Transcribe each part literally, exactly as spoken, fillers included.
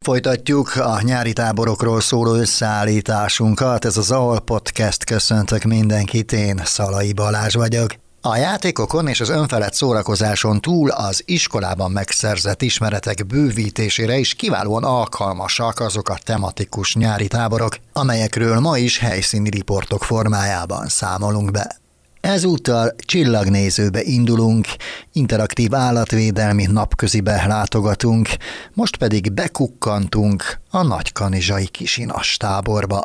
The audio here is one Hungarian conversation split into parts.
Folytatjuk a nyári táborokról szóló összeállításunkat. Ez az á o el Podcast, köszöntök mindenkit, én Szalai Balázs vagyok. A játékokon és az önfelett szórakozáson túl az iskolában megszerzett ismeretek bővítésére is kiválóan alkalmasak azok a tematikus nyári táborok, amelyekről ma is helyszíni riportok formájában számolunk be. Ezúttal csillagnézőbe indulunk, interaktív állatvédelmi napközibe látogatunk, most pedig bekukkantunk a Nagykanizsai Kisinas táborba.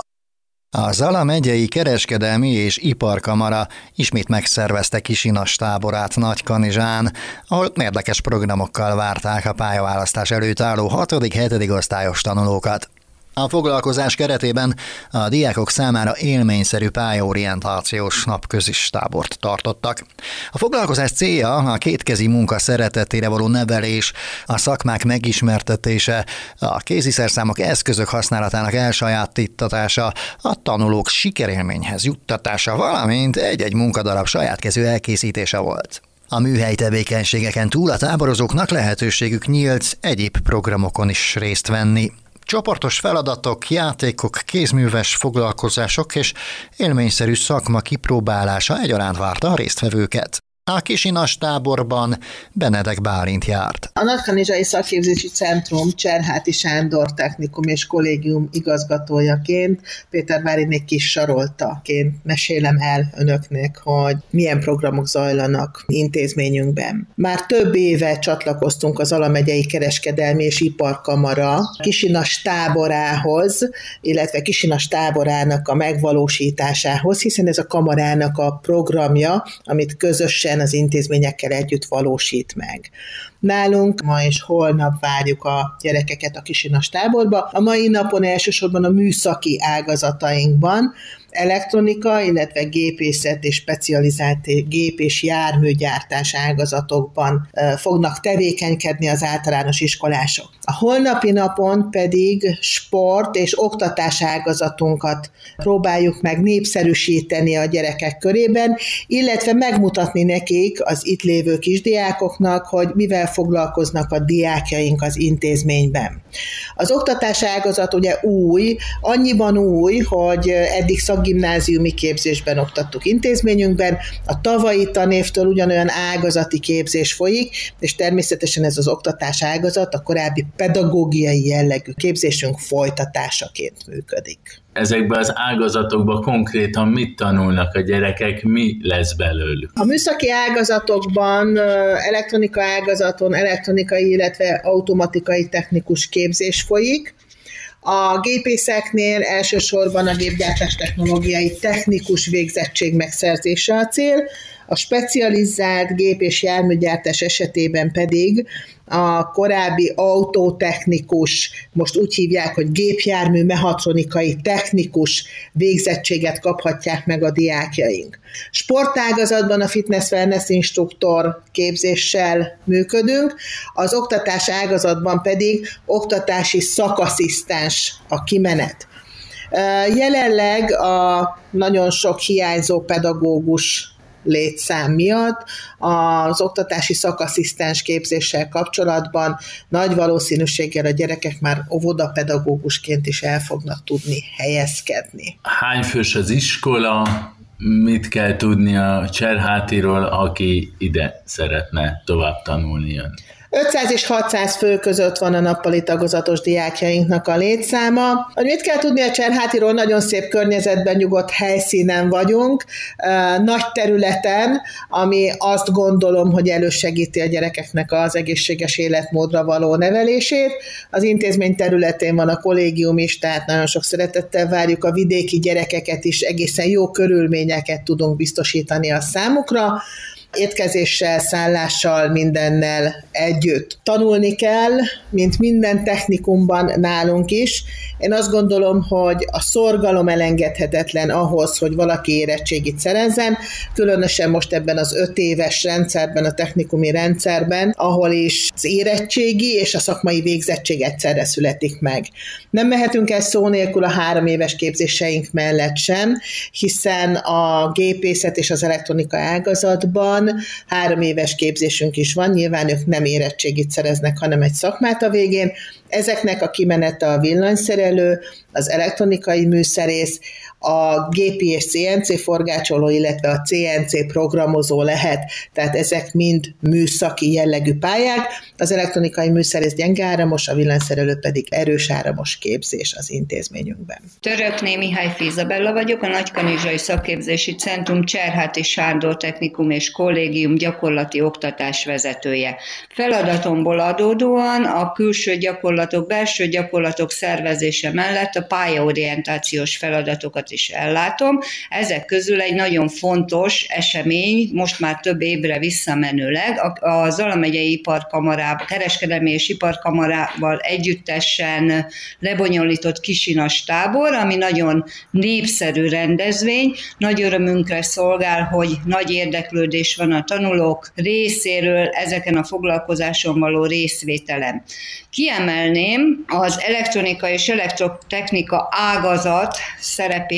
A Zala megyei kereskedelmi és iparkamara ismét megszervezte Kisinas táborát Nagykanizsán, ahol érdekes programokkal várták a pályaválasztás előtt álló hatodik-hetedik osztályos tanulókat. A foglalkozás keretében a diákok számára élményszerű pályaorientációs napközis tábort tartottak. A foglalkozás célja a kétkezi munka szeretetére való nevelés, a szakmák megismertetése, a kéziszerszámok eszközök használatának elsajátítatása, a tanulók sikerélményhez juttatása, valamint egy-egy munkadarab saját kezű elkészítése volt. A műhely tevékenységeken túl a táborozóknak lehetőségük nyílt egyéb programokon is részt venni. Csoportos feladatok, játékok, kézműves foglalkozások és élményszerű szakma kipróbálása egyaránt várta a résztvevőket. A Kisinas táborban Benedek Bálint járt. A Nagykanizsai Szakképzési Centrum Cserháti Sándor Technikum és Kollégium igazgatójaként, Péter Bálint kis Saroltaként mesélem el önöknek, hogy milyen programok zajlanak intézményünkben. Már több éve csatlakoztunk az Zala megyei kereskedelmi és iparkamara Kisinas táborához, illetve Kisinas táborának a megvalósításához, hiszen ez a kamarának a programja, amit közösen az intézményekkel együtt valósít meg. Nálunk ma és holnap várjuk a gyerekeket a Kisinas táborba. A mai napon elsősorban a műszaki ágazatainkban, elektronika, illetve gépészet és specializált gép- és járműgyártás ágazatokban fognak tevékenykedni az általános iskolások. A holnapi napon pedig sport és oktatás ágazatunkat próbáljuk meg népszerűsíteni a gyerekek körében, illetve megmutatni nekik, az itt lévő kisdiákoknak, hogy mivel foglalkoznak a diákjaink az intézményben. Az oktatás ágazat ugye új, annyiban új, hogy eddig szakgimnáziumi képzésben oktattuk intézményünkben, a tavalyi tanévtől ugyanolyan ágazati képzés folyik, és természetesen ez az oktatás ágazat a korábbi pedagógiai jellegű képzésünk folytatásaként működik. Ezekben az ágazatokban konkrétan mit tanulnak a gyerekek, mi lesz belőlük? A műszaki ágazatokban, elektronika ágazaton, elektronikai, illetve automatikai technikus képzés folyik. A gépészeknél elsősorban a gépgyártás technológiai technikus végzettség megszerzése a cél, a specializált gép- és járműgyártás esetében pedig a korábbi autótechnikus, most úgy hívják, hogy gépjármű mechatronikai technikus végzettséget kaphatják meg a diákjaink. Sportágazatban a fitness-wellness instruktor képzéssel működünk, az oktatás ágazatban pedig oktatási szakasszisztens a kimenet. Jelenleg a nagyon sok hiányzó pedagógus létszám miatt az oktatási szakasszisztens képzéssel kapcsolatban nagy valószínűséggel a gyerekek már óvodapedagógusként is el fognak tudni helyezkedni. Hány fős az iskola? Mit kell tudni a Cserhátiról, aki ide szeretne tovább tanulni jönni? ötszáz és hatszáz fő között van a nappali tagozatos diákjainknak a létszáma. Hogy mit kell tudni a Cserhátiról? Nagyon szép környezetben, nyugodt helyszínen vagyunk, nagy területen, ami azt gondolom, hogy elősegíti a gyerekeknek az egészséges életmódra való nevelését. Az intézmény területén van a kollégium is, tehát nagyon sok szeretettel várjuk a vidéki gyerekeket is, egészen jó körülményeket tudunk biztosítani a számukra. Étkezéssel, szállással, mindennel együtt. Tanulni kell, mint minden technikumban nálunk is. Én azt gondolom, hogy a szorgalom elengedhetetlen ahhoz, hogy valaki érettségit szerezzen, különösen most ebben az öt éves rendszerben, a technikumi rendszerben, ahol is az érettségi és a szakmai végzettség egyszerre születik meg. Nem mehetünk el szó nélkül a három éves képzéseink mellett sem, hiszen a gépészet és az elektronika ágazatban van, három éves képzésünk is van, nyilván ők nem érettségit szereznek, hanem egy szakmát a végén. Ezeknek a kimenete a villanyszerelő, az elektronikai műszerész, a gépi és cé en cé forgácsoló, illetve a cé en cé programozó lehet, tehát ezek mind műszaki jellegű pályák. Az elektronikai műszerész gyenge áramos, a villanyszerelő pedig erős áramos képzés az intézményünkben. Törökné Mihály Izabella vagyok, a Nagykanizsai Szakképzési Centrum Cserháti Sándor Technikum és Kollégium gyakorlati oktatás vezetője. Feladatomból adódóan a külső gyakorlatok, belső gyakorlatok szervezése mellett a pályaorientációs feladatokat is ellátom. Ezek közül egy nagyon fontos esemény, most már több évre visszamenőleg, a Zala megyei iparkamarával, kereskedelmi és iparkamarával együttesen lebonyolított kisinas tábor, ami nagyon népszerű rendezvény. Nagy örömünkre szolgál, hogy nagy érdeklődés van a tanulók részéről ezeken a foglalkozáson való részvételem. Kiemelném az elektronika és elektrotechnika ágazat szerepét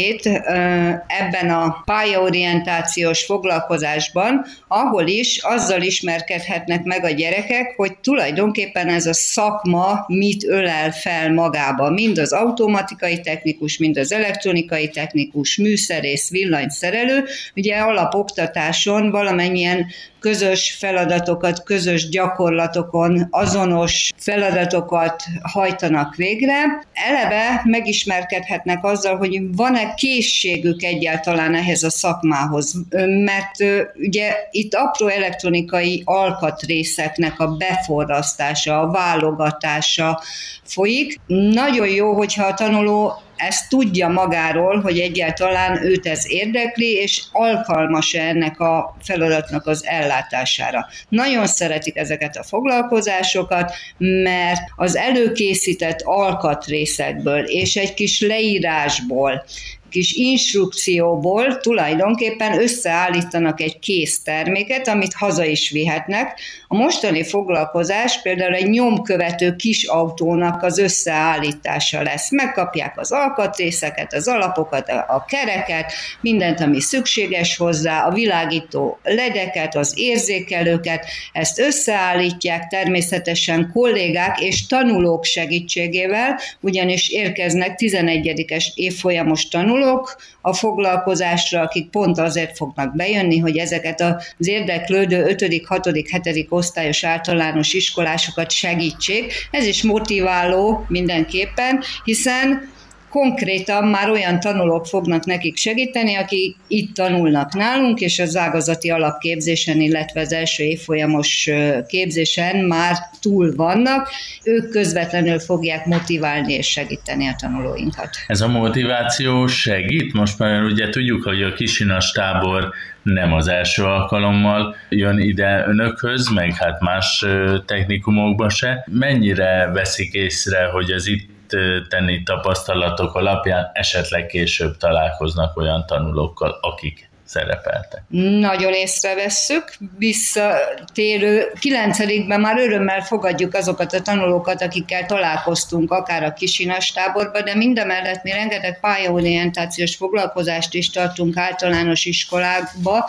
ebben a pályaorientációs foglalkozásban, ahol is azzal ismerkedhetnek meg a gyerekek, hogy tulajdonképpen ez a szakma mit ölel fel magába. Mind az automatikai technikus, mind az elektronikai technikus, műszerész, villanyszerelő, ugye alapoktatáson valamennyien közös feladatokat, közös gyakorlatokon, azonos feladatokat hajtanak végre. Eleve megismerkedhetnek azzal, hogy van-e készségük egyáltalán ehhez a szakmához, mert ugye itt apró elektronikai alkatrészeknek a beforrasztása, a válogatása folyik. Nagyon jó, hogyha a tanuló ezt tudja magáról, hogy egyáltalán őt ez érdekli, és alkalmas-e ennek a feladatnak az ellátására. Nagyon szeretik ezeket a foglalkozásokat, mert az előkészített alkatrészekből és egy kis leírásból, kis instrukcióból tulajdonképpen összeállítanak egy kész terméket, amit haza is vihetnek. A mostani foglalkozás például egy nyomkövető kis autónak az összeállítása lesz. Megkapják az alkatrészeket, az alapokat, a kereket, mindent, ami szükséges hozzá, a világító ledeket, az érzékelőket, ezt összeállítják természetesen kollégák és tanulók segítségével, ugyanis érkeznek tizenegyedikes évfolyamos tanulók a foglalkozásra, akik pont azért fognak bejönni, hogy ezeket az érdeklődő ötödik, hatodik, hetedik osztályos általános iskolásokat segítsék. Ez is motiváló mindenképpen, hiszen konkrétan már olyan tanulók fognak nekik segíteni, akik itt tanulnak nálunk, és az ágazati alapképzésen, illetve az első évfolyamos képzésen már túl vannak. Ők közvetlenül fogják motiválni és segíteni a tanulóinkat. Ez a motiváció segít? Most már ugye tudjuk, hogy a kisinas tábor nem az első alkalommal jön ide önökhöz, meg hát más technikumokba se. Mennyire veszik észre, hogy az itt tenni tapasztalatok alapján esetleg később találkoznak olyan tanulókkal, akik szerepeltek? Nagyon észrevesszük, visszatérő kilencedikben már örömmel fogadjuk azokat a tanulókat, akikkel találkoztunk, akár a kisinas táborban, de mindemellett mi rengeteg pályaorientációs foglalkozást is tartunk általános iskolákba,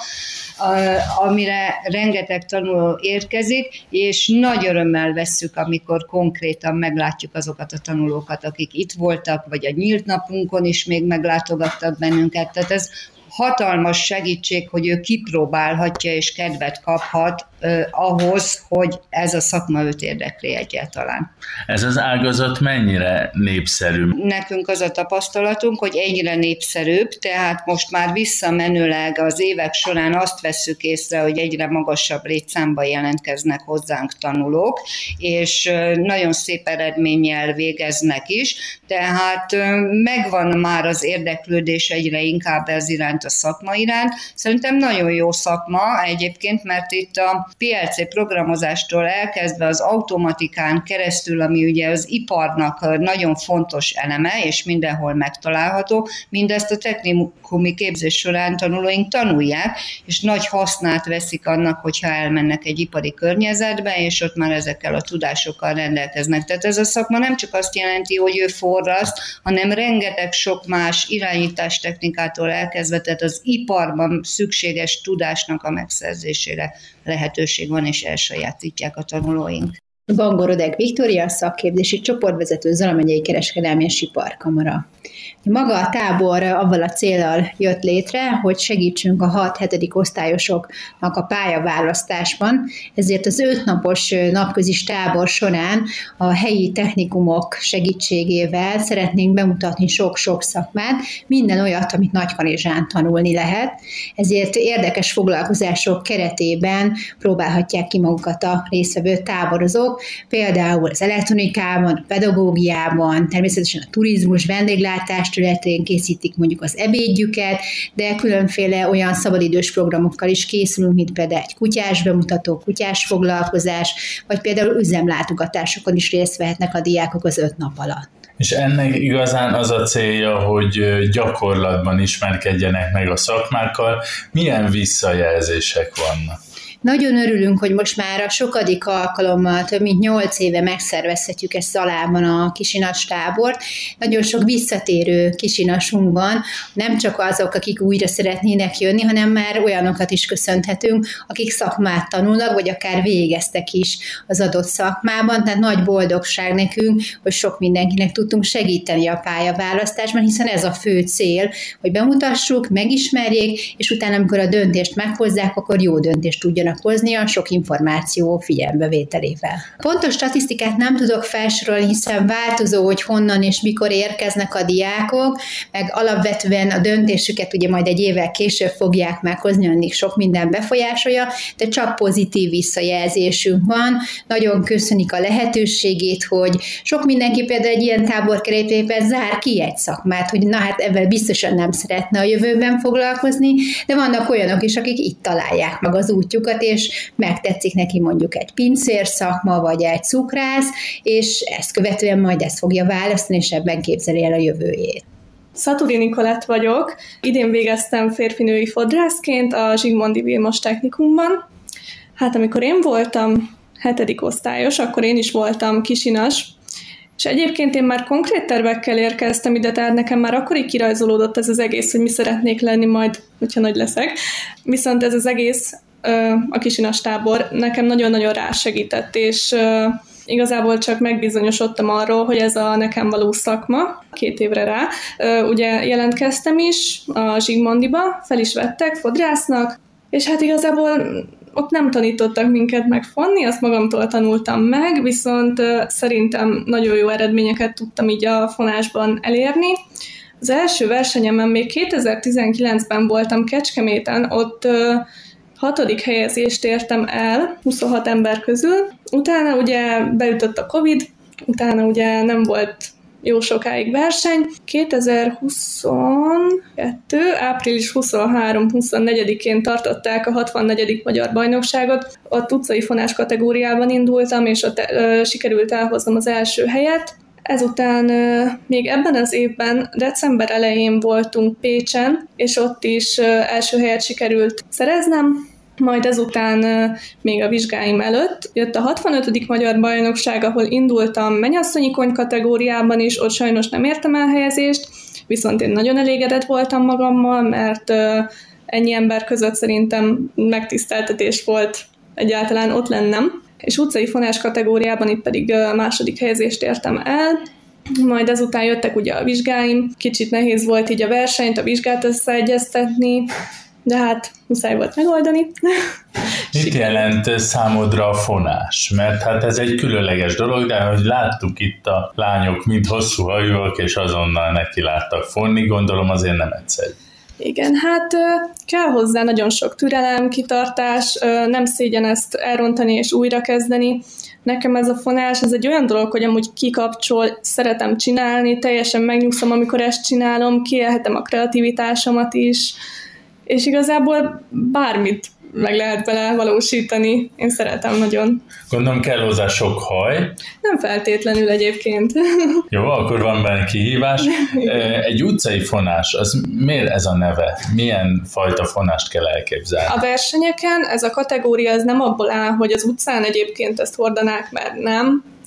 amire rengeteg tanuló érkezik, és nagy örömmel vesszük, amikor konkrétan meglátjuk azokat a tanulókat, akik itt voltak, vagy a nyílt napunkon is még meglátogattak bennünket. Tehát ez hatalmas segítség, hogy ő kipróbálhatja és kedvet kaphat eh, ahhoz, hogy ez a szakma őt érdekli egyáltalán. Ez az ágazat mennyire népszerű? Nekünk az a tapasztalatunk, hogy egyre népszerűbb, tehát most már visszamenőleg az évek során azt vesszük észre, hogy egyre magasabb létszámban jelentkeznek hozzánk tanulók, és nagyon szép eredménnyel végeznek is, tehát megvan már az érdeklődés egyre inkább ez iránt, a szakma iránt. Szerintem nagyon jó szakma egyébként, mert itt a pé el cé programozástól elkezdve az automatikán keresztül, ami ugye az iparnak nagyon fontos eleme, és mindenhol megtalálható, mindezt a technikumi képzés során tanulóink tanulják, és nagy hasznát veszik annak, hogyha elmennek egy ipari környezetbe, és ott már ezekkel a tudásokkal rendelkeznek. Tehát ez a szakma nem csak azt jelenti, hogy ő forraszt, hanem rengeteg sok más irányítástechnikától elkezdve tehát az iparban szükséges tudásnak a megszerzésére lehetőség van, és elsajátítják a tanulóink. Vangorodek Viktória, szakképzési csoportvezető, Zala megyei kereskedelmi és iparkamara. Maga a tábor avval a céllal jött létre, hogy segítsünk a hat-hetedik osztályosoknak a pályaválasztásban, ezért az ötnapos napközis tábor során a helyi technikumok segítségével szeretnénk bemutatni sok-sok szakmát, minden olyat, amit Nagykanizsán tanulni lehet, ezért érdekes foglalkozások keretében próbálhatják ki magukat a résztvevő táborozók, például az elektronikában, a pedagógiában, természetesen a turizmus, vendéglátás területén készítik mondjuk az ebédjüket, de különféle olyan szabadidős programokkal is készülünk, mint például egy kutyás bemutató, kutyás foglalkozás, vagy például üzemlátogatásokon is részt vehetnek a diákok az öt nap alatt. És ennek igazán az a célja, hogy gyakorlatban ismerkedjenek meg a szakmákkal. Milyen visszajelzések vannak? Nagyon örülünk, hogy most már a sokadik alkalommal, több mint nyolc éve megszervezhetjük ezt Zalában a kisinas tábort. Nagyon sok visszatérő kisinasunk van, nem csak azok, akik újra szeretnének jönni, hanem már olyanokat is köszönhetünk, akik szakmát tanulnak, vagy akár végeztek is az adott szakmában. Tehát nagy boldogság nekünk, hogy sok mindenkinek tudtunk segíteni a pályaválasztásban, hiszen ez a fő cél, hogy bemutassuk, megismerjék, és utána, amikor a döntést meghozzák, akkor jó döntést tudjanak hozni a sok információ figyelembevételével. Pontos statisztikát nem tudok felsorolni, hiszen változó, hogy honnan és mikor érkeznek a diákok, meg alapvetően a döntésüket ugye majd egy évvel később fogják meghozni, amíg sok minden befolyásolja, de csak pozitív visszajelzésünk van. Nagyon köszönik a lehetőségét, hogy sok mindenki például egy ilyen tábor keretében zár ki egy szakmát, hogy na hát ebben biztosan nem szeretne a jövőben foglalkozni, de vannak olyanok is, akik itt találják meg az útjukat, és megtetszik neki mondjuk egy pincér szakma, vagy egy cukrász, és ezt követően majd ezt fogja választani, és ebben képzeli el a jövőjét. Szaturi Nikolett vagyok, idén végeztem férfinői fodrászként a Zsigmondy Vilmos Technikumban. Hát amikor én voltam hetedik osztályos, akkor én is voltam kisinas, és egyébként én már konkrét tervekkel érkeztem ide, tehát nekem már akkor így kirajzolódott ez az egész, hogy mi szeretnék lenni majd, hogyha nagy leszek. Viszont ez az egész, a kisinas tábor nekem nagyon-nagyon rásegített, és igazából csak megbizonyosodtam arról, hogy ez a nekem való szakma, két évre rá. Ugye jelentkeztem is a Zsigmondyba, fel is vettek fodrásznak, és hát igazából ott nem tanítottak minket megfonni, azt magamtól tanultam meg, viszont szerintem nagyon jó eredményeket tudtam így a fonásban elérni. Az első versenyemen még kétezer-tizenkilencben voltam Kecskeméten, ott hatodik helyezést értem el huszonhat ember közül. Utána ugye beütött a Covid, utána ugye nem volt jó sokáig verseny. kétezer-huszonkettő. április huszonhárom-huszonnegyedikén tartották a hatvannegyedik magyar bajnokságot. Ott utcai fonás kategóriában indultam, és ott ö, sikerült elhoznom az első helyet. Ezután ö, még ebben az évben, december elején voltunk Pécsen, és ott is ö, első helyet sikerült szereznem. Majd ezután még a vizsgáim előtt jött a hatvanötödik magyar bajnokság, ahol indultam mennyasszonyi kony kategóriában is, ott sajnos nem értem el helyezést, viszont én nagyon elégedett voltam magammal, mert ennyi ember között szerintem megtiszteltetés volt egyáltalán ott lennem. És utcai fonás kategóriában itt pedig második helyezést értem el, majd ezután jöttek ugye a vizsgáim, kicsit nehéz volt így a versenyt, a vizsgát összeegyeztetni, de hát muszáj volt megoldani. Mit jelent számodra a fonás? Mert hát ez egy különleges dolog, de hogy láttuk itt a lányok mind hosszú hajúak, és azonnal neki láttak fonni, gondolom azért nem egyszerű. Igen, hát kell hozzá nagyon sok türelem, kitartás, nem szégyen ezt elrontani és újra kezdeni. Nekem ez a fonás, ez egy olyan dolog, hogy amúgy kikapcsol, szeretem csinálni, teljesen megnyugszom, amikor ezt csinálom, kiélhetem a kreativitásomat is, és igazából bármit meg lehet vele valósítani. Én szeretem nagyon. Gondolom kell hozzá sok haj. Nem feltétlenül egyébként. Jó, akkor van benne kihívás. Egy utcai fonás, az miért ez a neve? Milyen fajta fonást kell elképzelni? A versenyeken ez a kategória ez nem abból áll, hogy az utcán egyébként ezt hordanák, mert nem,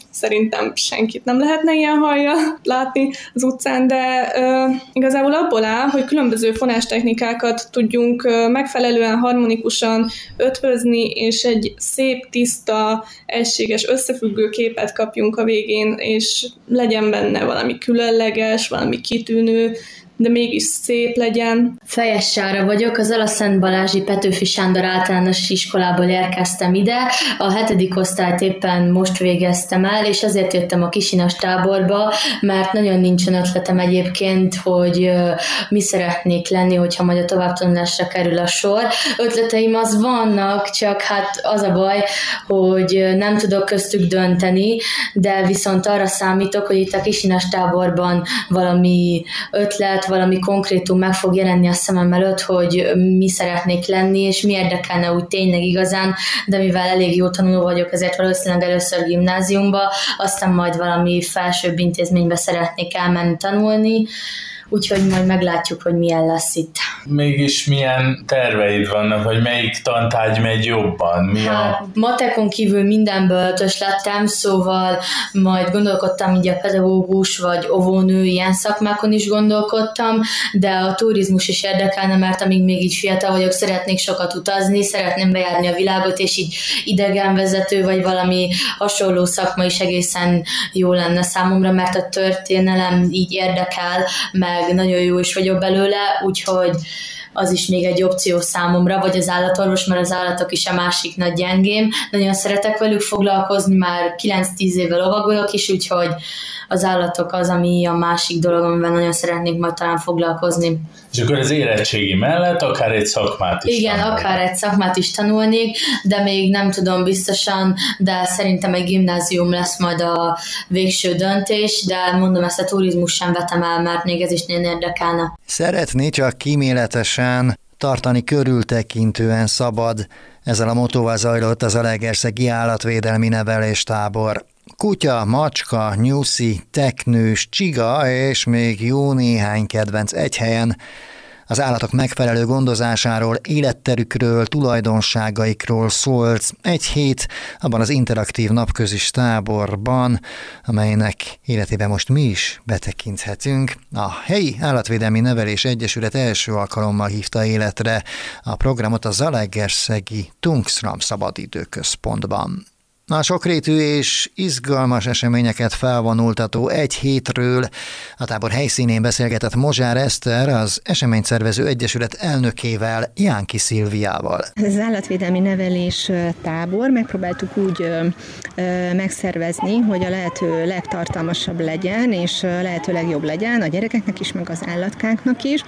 szerintem senkit nem lehetne ilyen hajjal látni az utcán, de ö, igazából abból áll, hogy különböző fonástechnikákat tudjunk ö, megfelelően harmonikusan ötvözni, és egy szép, tiszta, egységes, összefüggő képet kapjunk a végén, és legyen benne valami különleges, valami kitűnő, de mégis szép legyen. Fejes Sára vagyok, az Alaszent Balázsi Petőfi Sándor általános iskolából érkeztem ide, a hetedik osztályt éppen most végeztem el, és azért jöttem a Kisinas táborba, mert nagyon nincsen ötletem egyébként, hogy mi szeretnék lenni, hogyha majd a továbbtanulásra kerül a sor. Ötleteim az vannak, csak hát az a baj, hogy nem tudok köztük dönteni, de viszont arra számítok, hogy itt a Kisinas táborban valami ötlet, valami konkrétum meg fog jelenni a szemem előtt, hogy mi szeretnék lenni, és mi érdekelne úgy tényleg igazán, de mivel elég jó tanuló vagyok, ezért valószínűleg először gimnáziumba, aztán majd valami felsőbb intézménybe szeretnék elmenni tanulni, úgyhogy majd meglátjuk, hogy milyen lesz itt. Mégis milyen terveid vannak, vagy melyik tantárgy megy jobban? Mi hát, a... matekon kívül mindenből ötös lettem, szóval majd gondolkodtam így a pedagógus vagy óvónő, ilyen szakmákon is gondolkodtam, de a turizmus is érdekelne, mert amíg még így fiatal vagyok, szeretnék sokat utazni, szeretném bejárni a világot, és így idegenvezető vagy valami hasonló szakma is egészen jó lenne számomra, mert a történelem így érdekel, meg nagyon jó is vagyok belőle, úgyhogy az is még egy opció számomra, vagy az állatorvos, mert az állatok is a másik nagy gyengém. Nagyon szeretek velük foglalkozni, már kilenc-tíz éve lovagolok is, úgyhogy az állatok az, ami a másik dolog, amivel nagyon szeretnék majd talán foglalkozni. És akkor az érettségi mellett akár egy szakmát is Igen, tanulni. akár egy szakmát is tanulnék, de még nem tudom biztosan, de szerintem egy gimnázium lesz majd a végső döntés, de mondom, ezt a turizmus sem vetem el, mert még ez is nagyon érdekelne. Szeretni csak kíméletesen, tartani körültekintően szabad. Ezzel a motóval zajlott az Zalaegerszegi Állatvédelmi Neveléstábor. Kutya, macska, nyuszi, teknős, csiga és még jó néhány kedvenc egy helyen. Az állatok megfelelő gondozásáról, életterükről, tulajdonságaikról szólt egy hét abban az interaktív napközis táborban, amelynek életében most mi is betekinthetünk. A Helyi Állatvédelmi Nevelés Egyesület első alkalommal hívta életre a programot a Zalaegerszegi Tungsram Szabadidőközpontban. A sokrétű és izgalmas eseményeket felvonultató egy hétről a tábor helyszínén beszélgetett Mozsár Eszter, az eseményszervező egyesület elnökével, Jánki Szilviával. Ez az állatvédelmi nevelés tábor, megpróbáltuk úgy ö, ö, megszervezni, hogy a lehető legtartalmasabb legyen, és lehető legjobb legyen a gyerekeknek is, meg az állatkáknak is.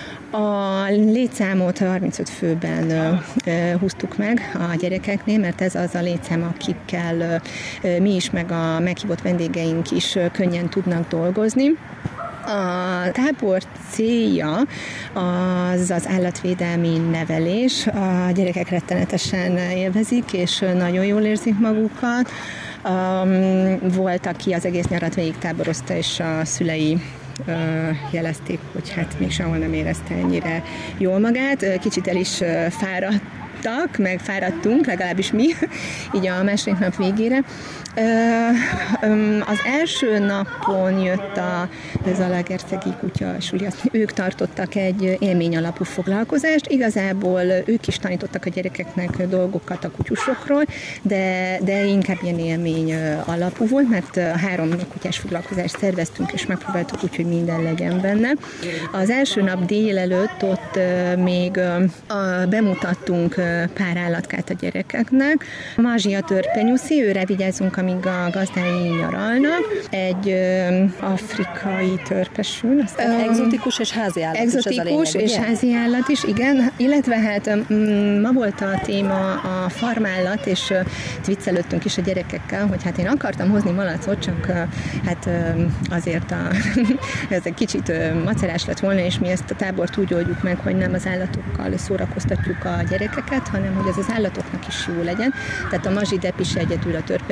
A létszámot harmincöt főben ö, ö, húztuk meg a gyerekeknél, mert ez az a létszám, akikkel ö, mi is, meg a meghívott vendégeink is ö, könnyen tudnak dolgozni. A tábor célja az az állatvédelmi nevelés. A gyerekek rettenetesen élvezik, és nagyon jól érzik magukat. Um, volt, aki az egész nyarat végig táborozta, és a szülei jelezték, hogy hát még sehol nem érezte ennyire jól magát. Kicsit el is fáradtak, meg fáradtunk, legalábbis mi, így a második nap végére. Az első napon jött a Zalaegerszegi Kutya Suli, ők tartottak egy élmény alapú foglalkozást, igazából ők is tanítottak a gyerekeknek dolgokat a kutyusokról, de, de inkább ilyen élmény alapú volt, mert három kutyás foglalkozást szerveztünk, és megpróbáltuk úgy, hogy minden legyen benne. Az első nap délelőtt ott még bemutattunk pár állatkát a gyerekeknek. Mazsia törpenyuszi, őre vigyázzunk, amíg a gazdái nyaralnak. Egy ö, afrikai törpesül. Aztán um, egzotikus és házi állat Egzotikus is lényeg, és házi állat is, igen. Illetve hát m- ma volt a téma a farmállat, és uh, viccelődtünk is a gyerekekkel, hogy hát én akartam hozni malacot, csak uh, hát uh, azért a ez egy kicsit uh, macerás lett volna, és mi ezt a tábort úgy oldjuk meg, hogy nem az állatokkal szórakoztatjuk a gyerekeket, hanem hogy ez az állatoknak is jó legyen. Tehát a mazsidep is egyedül a törpenyuszit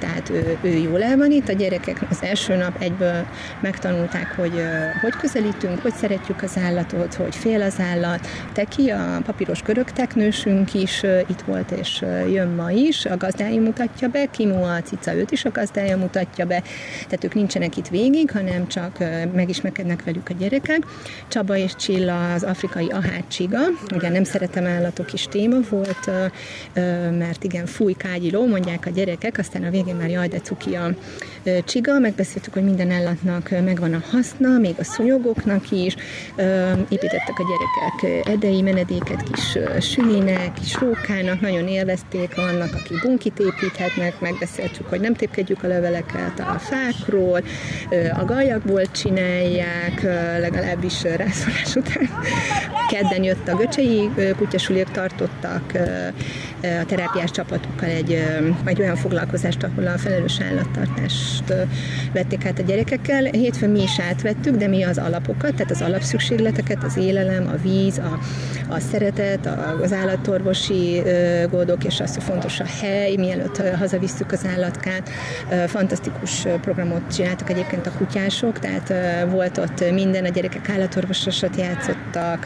tehát ő, ő jól el van itt, a gyerekek az első nap egyből megtanulták, hogy hogy közelítünk, hogy szeretjük az állatot, hogy fél az állat. Teki, a papíros körögteknősünk is itt volt, és jön ma is, a gazdája mutatja be, Kimu, a cica, őt is a gazdája mutatja be, tehát ők nincsenek itt végig, hanem csak megismerkednek velük a gyerekek. Csaba és Csilla az afrikai ahácsiga, ugye nem szeretem állatok is téma volt, mert igen, fúj, kágyiló, mondják a gyerekek, aztán a végén már jaj, de cuki a csiga, megbeszéltük, hogy minden állatnak megvan a haszna, még a szúnyogoknak is, építettek a gyerekek edei menedéket kis sülinek, kis rókának, nagyon élvezték, vannak, akik bunkit építhetnek, megbeszéltük, hogy nem tépkedjük a leveleket a fákról, a gallyakból csinálják, legalábbis rászólás után. Kedden jött a göcsei kutyasuliak, tartottak a terápiás csapatokkal egy, egy olyan foglalkozást, ahol a felelős állattartást vették át a gyerekekkel. Hétfőn mi is átvettük, de mi az alapokat, tehát az alapszükségleteket, az élelem, a víz, a, a szeretet, az állatorvosi gondok, és az, hogy fontos a hely, mielőtt hazavisszük az állatkát. Fantasztikus programot csináltak egyébként a kutyások, tehát volt ott minden, a gyerekek állatorvososat játszottak,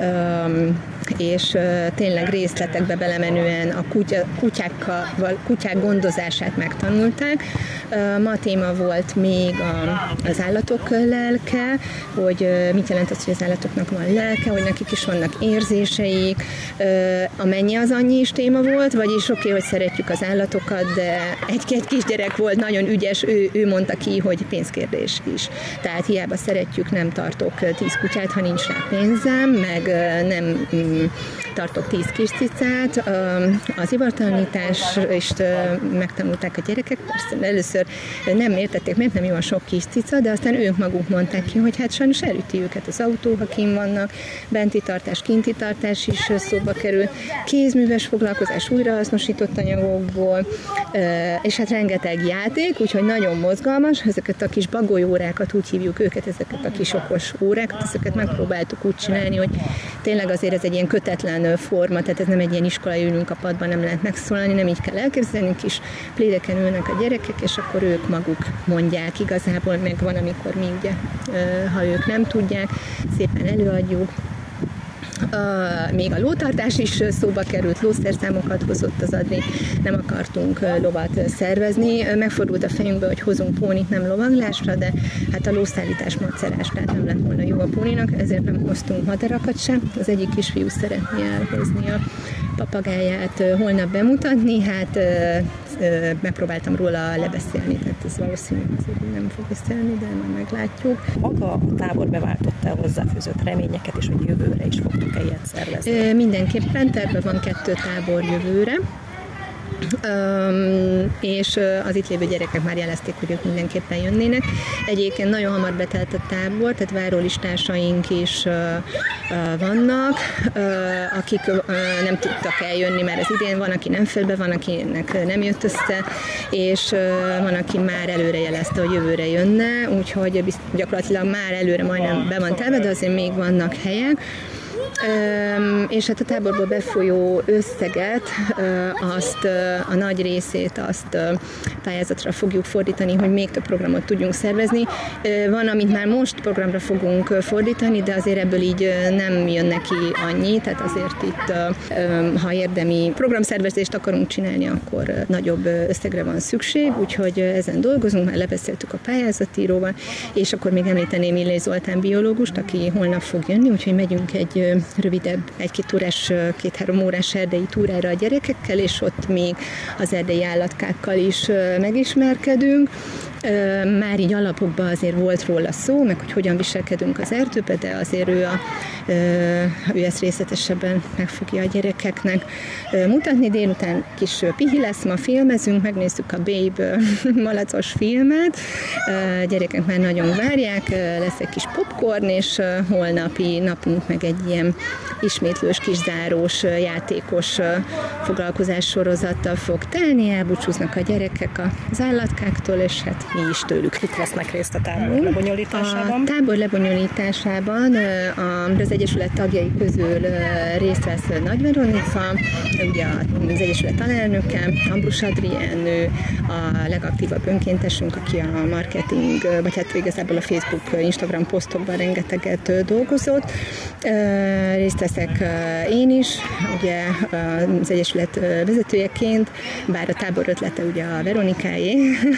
és tényleg részletekbe belemenően a kutya, kutyákkal, kutyák gondozását megtanulták. Ma a téma volt még a, az állatok lelke, hogy mit jelent az, hogy az állatoknak van lelke, hogy nekik is vannak érzéseik. A mennyi az annyi is téma volt, vagyis oké, okay, hogy szeretjük az állatokat, de egy-két kisgyerek volt nagyon ügyes, ő, ő mondta ki, hogy pénzkérdés is. Tehát hiába szeretjük, nem tartok tíz kutyát, ha nincs rá pénzem, meg nem tartok tíz kis cicát. Az ivartalanítást is megtanulták a gyerekek, persze először nem értették, miért nem jó a sok kis cica, de aztán ők maguk mondták ki, hogy hát sajnos elüti őket az autó, ha kint vannak, benti tartás, kinti tartás is szóba kerül, kézműves foglalkozás újrahasznosított anyagokból, és hát rengeteg játék, úgyhogy nagyon mozgalmas, ezeket a kis bagolyórákat, úgy hívjuk őket, ezeket a kis okos órákat, ezeket megpróbáltuk úgy csinálni, hogy tényleg azért ez egy ilyen kötetlen forma, tehát ez nem egy ilyen iskolai ülünk a padban, nem lehet megszólalni, nem így kell elképzelni, kis plédeken ülnek a gyerekek, és akkor ők maguk mondják igazából, meg van, amikor mi ugye, ha ők nem tudják, szépen előadjuk. Uh, még a lótartás is szóba került, lószerszámokat hozott az Adri, nem akartunk uh, lovat szervezni. Megfordult a fejünkbe, hogy hozunk pónit nem lovaglásra, de hát a lószállítás macerás, tehát nem lett volna jó a póninak, ezért nem hoztunk madarakat sem. Az egyik kisfiú szeretné elhozni a papagáját, uh, holnap bemutatni, hát uh, uh, megpróbáltam róla lebeszélni, tehát ez valószínű, azért nem fog beszélni, de majd meglátjuk. Maga a tábor beváltotta hozzáfűzött reményeket, és hogy jövőre is fogtuk-e ilyet szervezni? Mindenképpen terve van kettő tábor jövőre. Um, és az itt lévő gyerekek már jelezték, hogy ők mindenképpen jönnének. Egyébként nagyon hamar betelt a tábor, tehát várólistásaink is uh, uh, vannak, uh, akik uh, nem tudtak eljönni, mert az idén van, aki nem fér be, van, akinek nem jött össze, és uh, van, aki már előre jelezte, hogy jövőre jönne, úgyhogy gyakorlatilag már előre majdnem be van telve, de azért még vannak helyek. Um, és hát a táborból befolyó összeget, uh, azt uh, a nagy részét azt uh, pályázatra fogjuk fordítani, hogy még több programot tudjunk szervezni. Uh, van, amit már most programra fogunk fordítani, de azért ebből így uh, nem jön neki annyi, tehát azért itt, uh, um, ha érdemi programszervezést akarunk csinálni, akkor uh, nagyobb összegre van szükség, úgyhogy uh, ezen dolgozunk, már lebeszéltük a pályázatíróval, és akkor még említeném Illés Zoltán biológust, aki holnap fog jönni, úgyhogy megyünk egy uh, rövidebb, egy-két órás, két-három órás erdei túrára a gyerekekkel, és ott még az erdei állatkákkal is megismerkedünk. Már így alapokban azért volt róla szó, meg hogy hogyan viselkedünk az erdőbe, de azért ő, a, ő ezt részletesebben meg fogja a gyerekeknek mutatni. Délután kis pihi lesz, ma filmezünk, megnézzük a Babe malacos filmet. A gyerekek már nagyon várják, lesz egy kis popcorn, és holnapi napunk meg egy ilyen ismétlős, kiszárós, játékos foglalkozás sorozattal fog telni, elbúcsúznak a gyerekek az állatkáktól, és hát mi is tőlük. Kik vesznek részt a tábor lebonyolításában? A tábor lebonyolításában az Egyesület tagjai közül részt vesz Nagy Veronika, ugye az Egyesület alelnöke, Ambrus Adrián, a legaktívabb önkéntesünk, aki a marketing, vagy hát igazából a Facebook, Instagram posztokban rengeteget dolgozott. Részt veszek én is, ugye az Egyesület vezetőjeként, bár a tábor ötlete ugye a Veronikáé,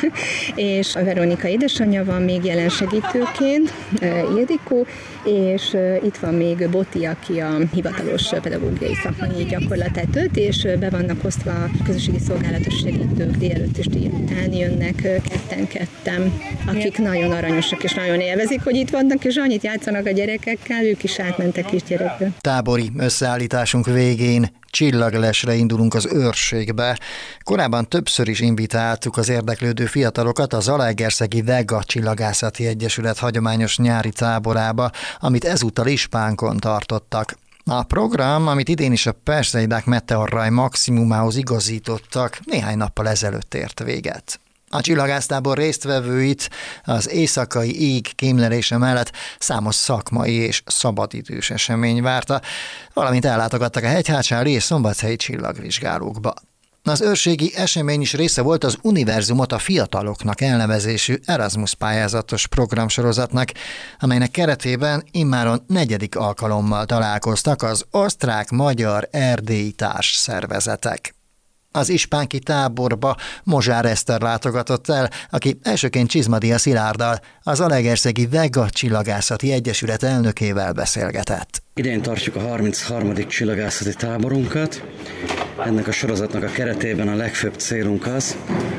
és a Veronika édesanyja van még jelen segítőként, Ildikó, és itt van még Boti, aki a hivatalos pedagógiai szakmai gyakorlatát tölt, és be vannak osztva a közösségi szolgálatos segítők, délelőtt és délután jönnek ketten-ketten, akik nagyon aranyosak és nagyon élvezik, hogy itt vannak, és annyit játszanak a gyerekekkel, ők is átmentek kisgyerekkel. Tábori összeállításunk végén csillaglesre indulunk az Őrségbe. Korábban többször is invitáltuk az érdeklődő fiatalokat a Zalaegerszegi Vega Csillagászati Egyesület hagyományos nyári táborába, amit ezúttal Ispánkon tartottak. A program, amit idén is a Perseidák meteorraj maximumához igazítottak, néhány nappal ezelőtt ért véget. A csillagásztábor résztvevőit az éjszakai ég kémlelése mellett számos szakmai és szabadidős esemény várta, valamint ellátogattak a hegyhátsári és szombathelyi csillagvizsgálókba. Az őrségi esemény is része volt az Univerzumot a fiataloknak elnevezésű Erasmus pályázatos programsorozatnak, amelynek keretében immáron negyedik alkalommal találkoztak az osztrák-magyar-erdélyi társszervezetek. Az ispánki táborba Mozsár Eszter látogatott el, aki elsőként Csizmadia Szilárddal, az Zalaegerszegi Vega Csillagászati Egyesület elnökével beszélgetett. Idén tartjuk a harmincharmadik csillagászati táborunkat. Ennek a sorozatnak a keretében a legfőbb célunk az,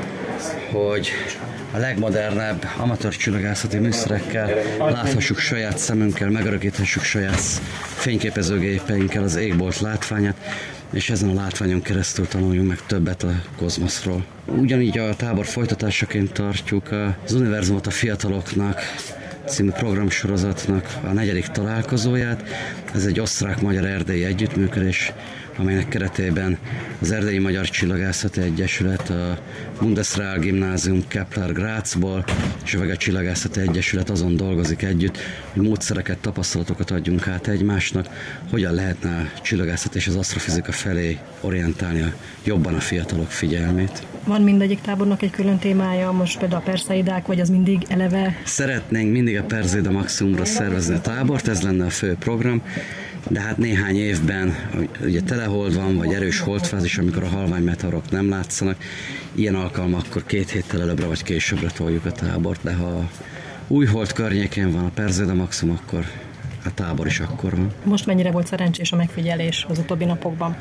hogy a legmodernebb amatőr csillagászati műszerekkel láthassuk saját szemünkkel, megörökíthassuk saját fényképezőgépeinkkel az égbolt látványát, és ezen a látványon keresztül tanuljunk meg többet a kozmoszról. Ugyanígy a tábor folytatásaként tartjuk az Univerzumot a fiataloknak című programsorozatnak a negyedik találkozóját. Ez egy osztrák-magyar-erdélyi együttműködés, amelynek keretében az Erdélyi Magyar Csillagászati Egyesület, a Bundesreal Gymnasium Kepler Grazból és a Vega Csillagászati Egyesület azon dolgozik együtt, hogy módszereket, tapasztalatokat adjunk át egymásnak, hogyan lehetne a csillagászat és az asztrofizika felé orientálni a, jobban a fiatalok figyelmét. Van mindegyik tábornak egy külön témája, most például a Perseidák, vagy az mindig eleve? Szeretnénk mindig a Perseida Maximumra szervezni a tábort, ez lenne a fő program, de hát néhány évben ugye telehold van, vagy erős holdfázis, amikor a halvány meteorok nem látszanak, ilyen alkalmakkor két héttel előbbre vagy későbbre toljuk a tábort, de ha új hold környékén van a Perseida Maximum, akkor a tábor is akkor van. Most mennyire volt szerencsés a megfigyelés az utóbbi napokban?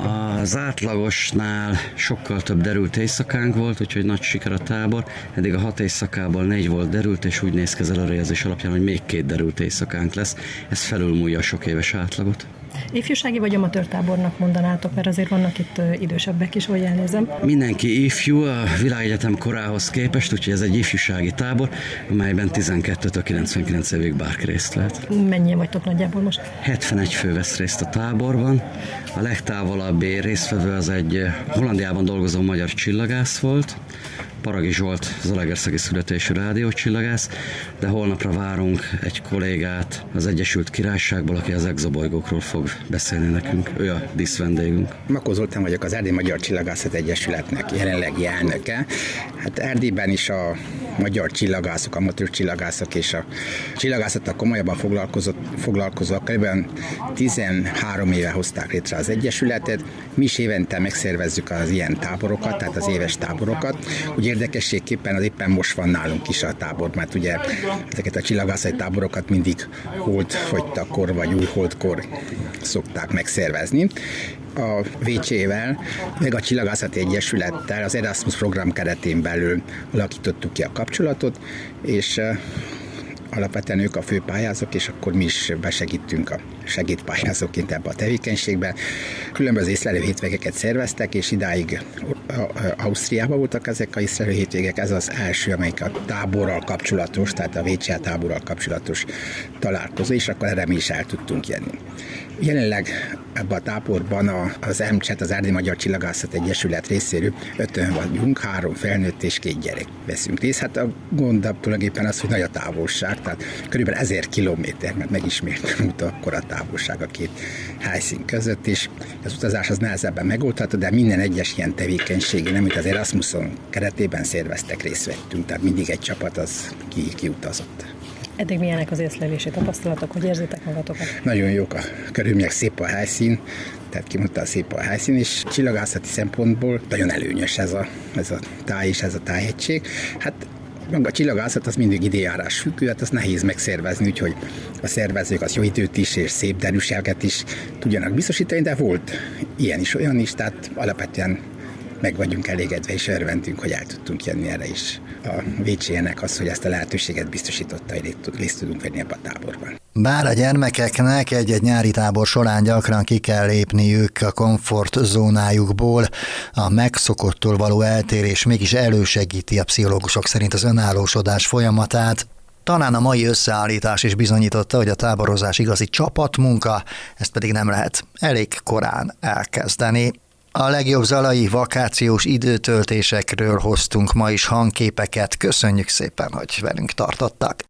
Az átlagosnál sokkal több derült éjszakánk volt, úgyhogy nagy siker a tábor. Eddig a hat éjszakából négy volt derült, és úgy néz ki az előrejelzés alapján, hogy még két derült éjszakánk lesz. Ez felülmúlja a sok éves átlagot. Ifjúsági vagy amatőr tábornak mondanátok, mert azért vannak itt idősebbek is, hogy elnézem. Mindenki ifjú a világegyetem korához képest, úgyhogy ez egy ifjúsági tábor, amelyben tizenkettőtől kilencvenkilenc évig bárki részt lehet. Mennyien vagytok nagyjából most? hetvenegy fő vesz részt a táborban. A legtávolabbi résztvevő az egy Hollandiában dolgozó magyar csillagász volt, Paragi Zsolt, zalaegerszegi születésű rádiócsillagász, de holnapra várunk egy kollégát az Egyesült Királyságból, aki az exobolygókról fog beszélni nekünk. Ő a díszvendégünk. Makó Zoltán vagyok, az Erdélyi Magyar Csillagászati Egyesületnek jelenlegi elnöke. Hát Erdélyben is a magyar csillagászok, amatőr csillagászok és a csillagászattal komolyabban foglalkozók kb. tizenhárom éve hozták létre az Egyesületet. Mi is évente megszervezzük az ilyen táborokat, tehát az éves táborokat. Úgy érdekességképpen az éppen most van nálunk is a tábor, mert ugye ezeket a csillagászati táborokat mindig holdfogytakor vagy új holdkor szokták megszervezni. A vé cé-vel, meg a Csillagászati Egyesülettel az Erasmus program keretén belül alakítottuk ki a kapcsolatot, és alapvetően ők a fő pályázók, és akkor mi is besegítünk a segédpályázóként ebbe a tevékenységben. Különböző észlelő hétvégeket szerveztek, és idáig Ausztriában voltak ezek a észlelő hétvégek. Ez az első, amelyik a táborral kapcsolatos, tehát a vé cé á táborral kapcsolatos találkozó, és akkor erre mi is el tudtunk jönni. Jelenleg ebben a táborban az em cé e té, az Erdélyi Magyar Csillagászat Egyesület részéről ötön vagyunk, három felnőtt és két gyerek veszünk részt. Hát a gond tulajdonképpen az, hogy nagy a távolság, tehát körülbelül ezer kilométer, mert megismétlem út akkor a távolság a két helyszín között, és az utazás az nehezebben megoldható, de minden egyes ilyen tevékenységén, amit az Erasmuson keretében szerveztek, részt vettünk, tehát mindig egy csapat az ki, kiutazott. Eddig milyenek az észlelési tapasztalatok, hogy érzitek magatokat? Nagyon jók a körülmények, szép a helyszín, tehát kimondta szép a helyszín, és csillagászati szempontból nagyon előnyös ez a, ez a táj és ez a tájegység. Hát maga a csillagászat az mindig időjárás függő, hát az nehéz megszervezni, úgyhogy a szervezők az jó időt is és szép derűséget is tudjanak biztosítani, de volt ilyen is, olyan is, tehát alapvetően meg vagyunk elégedve, és örvendünk, hogy el tudtunk jönni erre is. A vé cé é-nek az, hogy ezt a lehetőséget biztosította, hogy részt tudunk venni ebben a táborban. Bár a gyermekeknek egy-egy nyári tábor során gyakran ki kell lépniük a komfortzónájukból, a megszokottól való eltérés mégis elősegíti a pszichológusok szerint az önállósodás folyamatát. Talán a mai összeállítás is bizonyította, hogy a táborozás igazi csapatmunka, ezt pedig nem lehet elég korán elkezdeni. A legjobb zalai vakációs időtöltésekről hoztunk ma is hangképeket. Köszönjük szépen, hogy velünk tartottak.